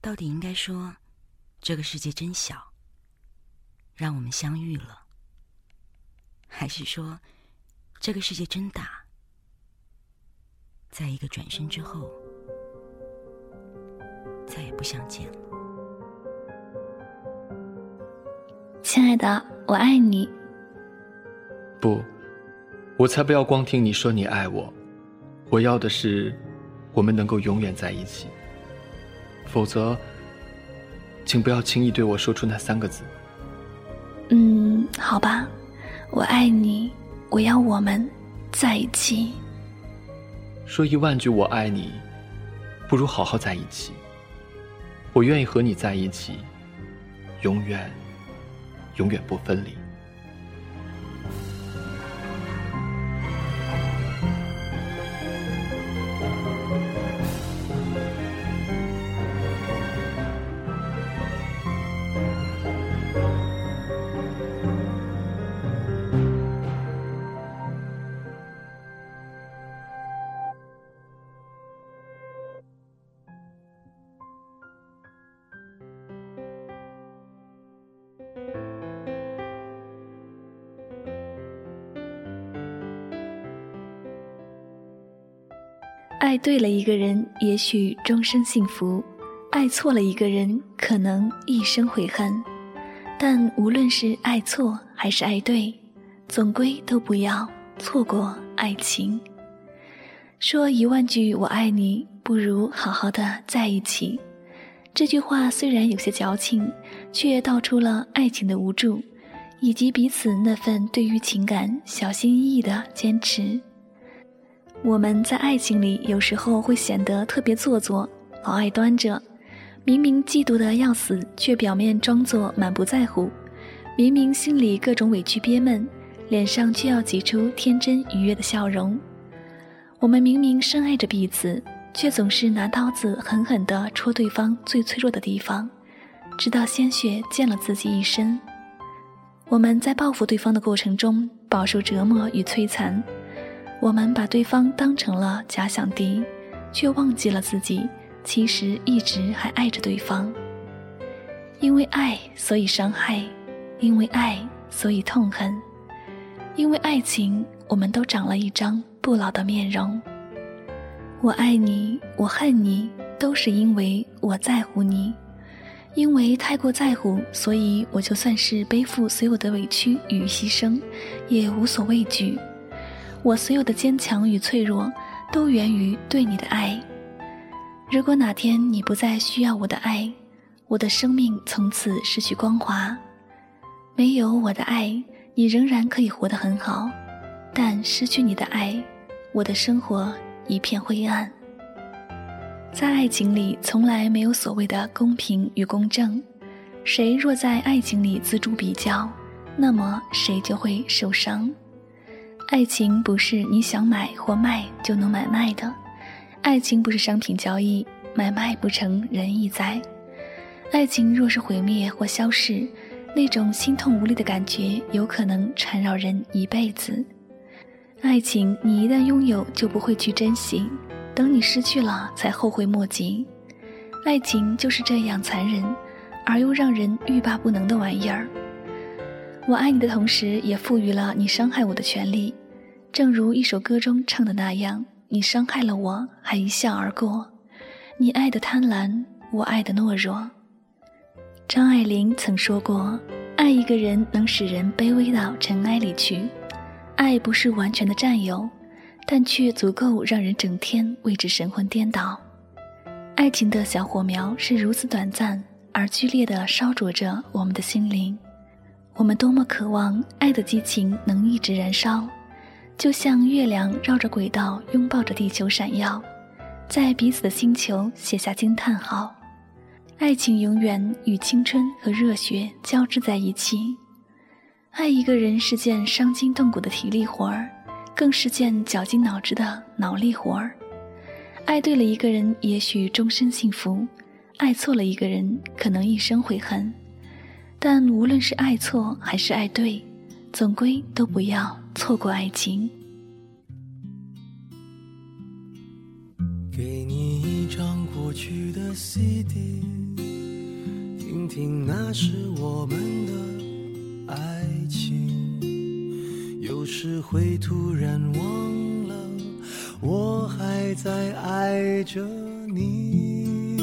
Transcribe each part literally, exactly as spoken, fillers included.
到底应该说这个世界真小，让我们相遇了，还是说这个世界真大，在一个转身之后再也不相见了。 亲爱的，我爱你。 不，我才不要光听你说你爱我，我要的是我们能够永远在一起。否则请不要轻易对我说出那三个字。 嗯，好吧，我爱你，我要我们在一起。 说一万句我爱你，不如好好在一起。我愿意和你在一起，永远永远不分离。 爱对了一个人，也许终身幸福；爱错了一个人，可能一生悔恨。但无论是爱错还是爱对，总归都不要错过爱情。说一万句我爱你，不如好好的在一起。这句话虽然有些矫情，却道出了爱情的无助，以及彼此那份对于情感小心翼翼的坚持。我们在爱情里有时候会显得特别做作，老爱端着，明明嫉妒得要死，却表面装作满不在乎，明明心里各种委屈憋闷，脸上却要挤出天真愉悦的笑容。我们明明深爱着彼此，却总是拿刀子狠狠地戳对方最脆弱的地方，直到鲜血溅了自己一身。我们在报复对方的过程中饱受折磨与摧残，我们把对方当成了假想敌，却忘记了自己其实一直还爱着对方。因为爱，所以伤害；因为爱，所以痛恨；因为爱情，我们都长了一张不老的面容。我爱你，我恨你，都是因为我在乎你。因为太过在乎，所以我就算是背负所有的委屈与牺牲，也无所畏惧。我所有的坚强与脆弱，都源于对你的爱。如果哪天你不再需要我的爱，我的生命从此失去光华。没有我的爱，你仍然可以活得很好，但失去你的爱，我的生活一片灰暗。在爱情里，从来没有所谓的公平与公正。谁若在爱情里锱铢比较，那么谁就会受伤。爱情不是你想买或卖就能买卖的，爱情不是商品交易，买卖不成仁义在。爱情若是毁灭或消逝，那种心痛无力的感觉有可能缠绕人一辈子。爱情你一旦拥有就不会去珍惜，等你失去了才后悔莫及。爱情就是这样残忍，而又让人欲罢不能的玩意儿。我爱你的同时，也赋予了你伤害我的权利。正如一首歌中唱的那样，你伤害了我，还一笑而过。你爱的贪婪，我爱的懦弱。张爱玲曾说过，爱一个人能使人卑微到尘埃里去。爱不是完全的占有，但却足够让人整天为之神魂颠倒。爱情的小火苗是如此短暂而剧烈地烧灼着我们的心灵。我们多么渴望爱的激情能一直燃烧，就像月亮绕着轨道拥抱着地球闪耀，在彼此的星球写下惊叹号。爱情永远与青春和热血交织在一起。爱一个人是件伤筋动骨的体力活儿，更是件绞尽脑汁的脑力活儿。爱对了一个人，也许终身幸福；爱错了一个人，可能一生悔恨。但无论是爱错还是爱对，总归都不要错过爱情。 给你一张过去的 C D， 听那是我们的爱情，有时会突然忘了我还在爱着你。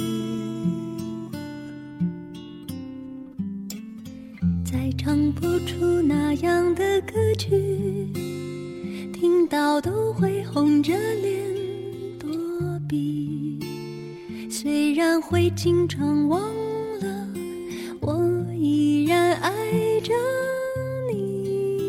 再唱不出那样的歌曲，听到都会红着脸躲避。虽然会经常忘了，我依然爱着你。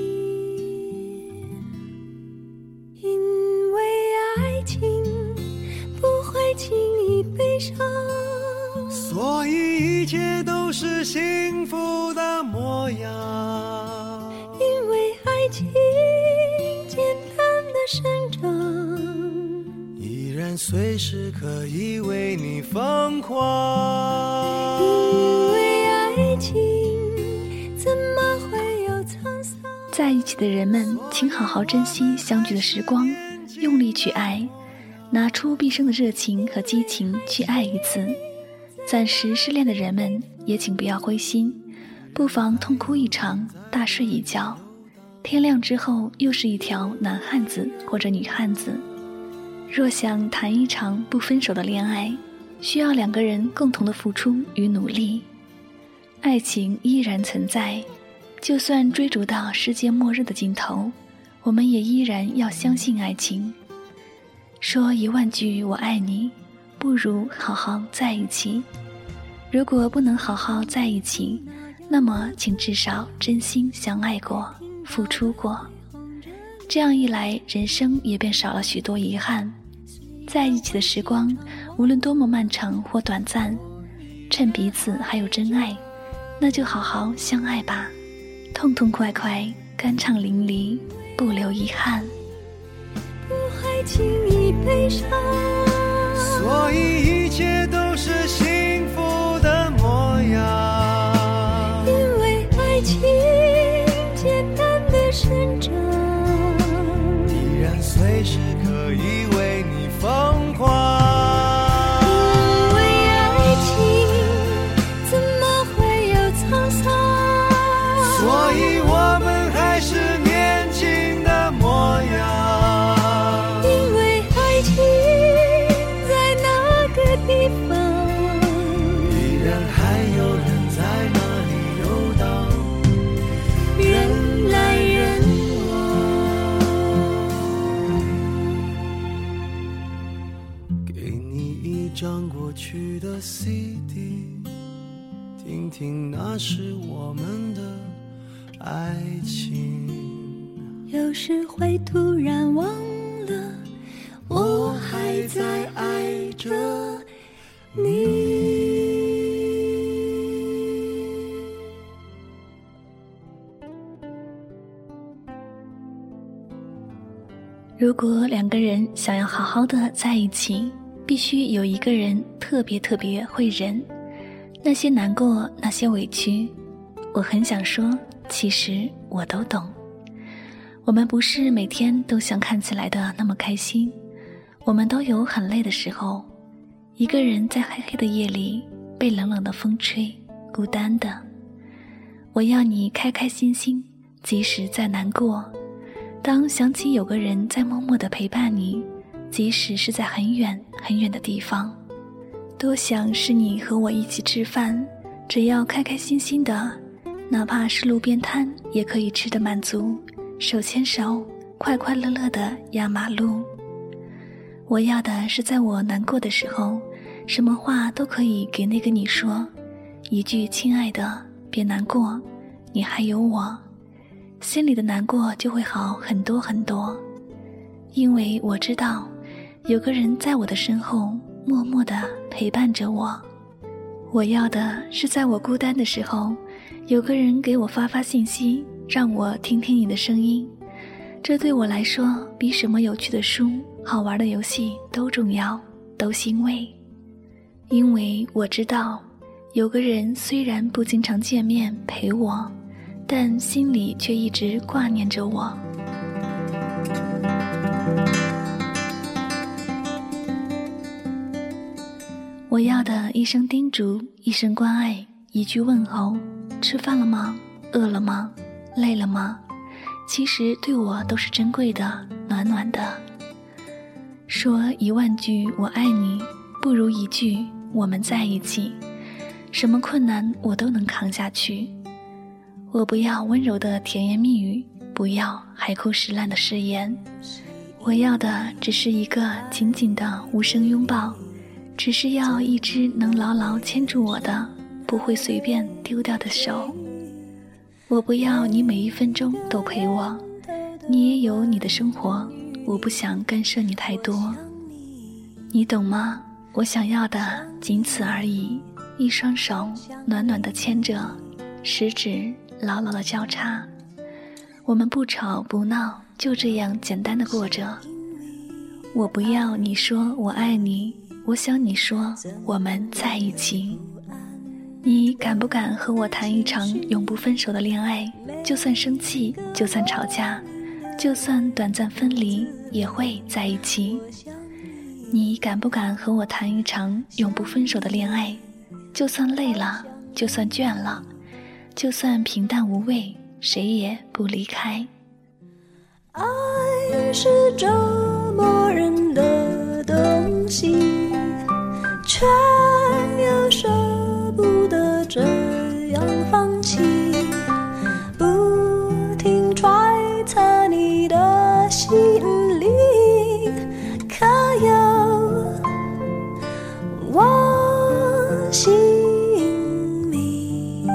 因为爱情不会轻易悲伤， 所以一切都是幸福的模样。 因为爱情简单的生长， 依然随时可以为你疯狂。 因为爱情怎么会有沧桑。 在一起的人们，请好好珍惜相聚的时光，用力去爱，拿出毕生的热情和激情去爱一次。暂时失恋的人们也请不要灰心，不妨痛哭一场，大睡一觉，天亮之后又是一条男汉子或者女汉子。若想谈一场不分手的恋爱，需要两个人共同的付出与努力。爱情依然存在，就算追逐到世界末日的尽头，我们也依然要相信爱情。说一万句我爱你，不如好好在一起。如果不能好好在一起，那么请至少真心相爱过，付出过。这样一来，人生也便少了许多遗憾。在一起的时光，无论多么漫长或短暂，趁彼此还有真爱，那就好好相爱吧，痛痛快快，酣畅淋漓，不留遗憾。 不会轻易悲伤， 所以一切都是幸福的模样。 因为爱情简单的生长， 依然随时可以为你疯狂。 因为爱情怎么会有沧桑， 所以我们还是年轻的模样。 因为爱情在那个地方， 依然还有人在那里游荡，人来人往。给你一张过去的 C D， 听听那是我们的爱情。 有时会突然忘了，我还在爱着你。 如果两个人想要好好的在一起，必须有一个人特别特别会忍。那些难过，那些委屈，我很想说，其实我都懂。我们不是每天都像看起来的那么开心，我们都有很累的时候，一个人在黑黑的夜里被冷冷的风吹，孤单的。我要你开开心心，即使再难过，当想起有个人在默默地陪伴你，即使是在很远很远的地方。多想是你和我一起吃饭，只要开开心心的，哪怕是路边摊也可以吃得满足，手牵手快快乐乐地压马路。我要的是在我难过的时候，什么话都可以给那个你说，一句亲爱的别难过，你还有我，心里的难过就会好很多很多。因为我知道有个人在我的身后默默地陪伴着我。我要的是在我孤单的时候，有个人给我发发信息，让我听听你的声音。这对我来说比什么有趣的书、好玩的游戏都重要，都欣慰。因为我知道有个人虽然不经常见面陪我，但心里却一直挂念着我。我要的一声叮嘱，一声关爱， 一句问候，吃饭了吗？饿了吗？累了吗？其实对我都是珍贵的，暖暖的。说一万句我爱你，不如一句我们在一起。什么困难我都能扛下去。我不要温柔的甜言蜜语，不要海枯石烂的誓言，我要的只是一个紧紧的无声拥抱，只是要一只能牢牢牵住我的，不会随便丢掉的手。我不要你每一分钟都陪我，你也有你的生活，我不想干涉你太多。你懂吗？我想要的仅此而已，一双手暖暖地牵着，食指牢牢地交叉。我们不吵不闹，就这样简单地过着。我不要你说我爱你，我想你说我们在一起。你敢不敢和我谈一场永不分手的恋爱？就算生气，就算吵架，就算短暂分离，也会在一起。你敢不敢和我谈一场永不分手的恋爱？就算累了，就算倦了，就算平淡无味，谁也不离开。 爱是折磨人的东西，却又舍不得这样放弃，不停揣测你的心里，可有我姓名。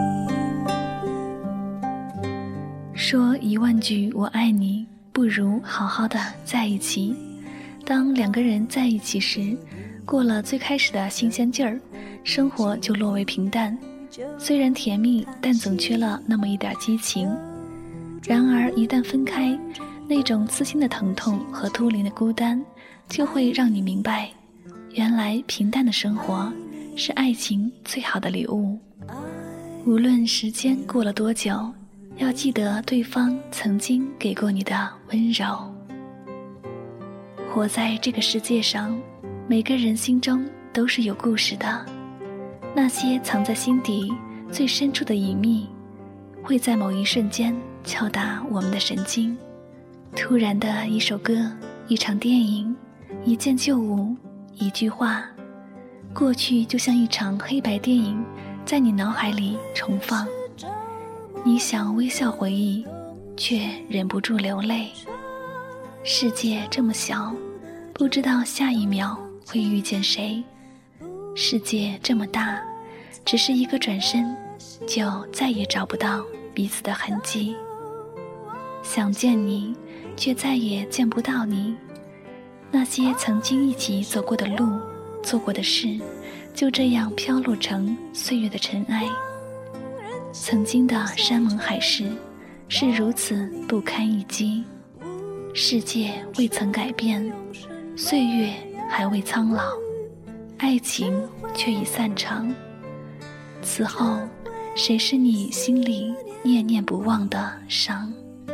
说一万句我爱你，不如好好的在一起。当两个人在一起时，过了最开始的新鲜劲儿，生活就落为平淡，虽然甜蜜，但总缺了那么一点激情。然而一旦分开，那种刺心的疼痛和突临的孤单，就会让你明白，原来平淡的生活是爱情最好的礼物。无论时间过了多久，要记得对方曾经给过你的温柔。活在这个世界上，每个人心中都是有故事的，那些藏在心底最深处的隐秘，会在某一瞬间敲打我们的神经。突然的一首歌，一场电影，一件旧物，一句话，过去就像一场黑白电影，在你脑海里重放。你想微笑回忆，却忍不住流泪。世界这么小，不知道下一秒会遇见谁。世界这么大，只是一个转身，就再也找不到彼此的痕迹。想见你，却再也见不到你。那些曾经一起走过的路，做过的事，就这样飘落成岁月的尘埃。曾经的山盟海誓，是如此不堪一击。世界未曾改变，岁月还未苍老，爱情却已散场。此后，谁是你心里念念不忘的伤？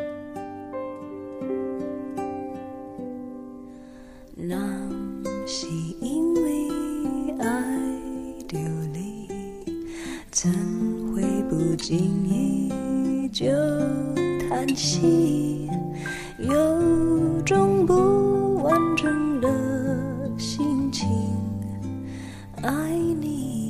那是因为爱流离，怎会不经意就叹息，有种不完整的心情，爱你。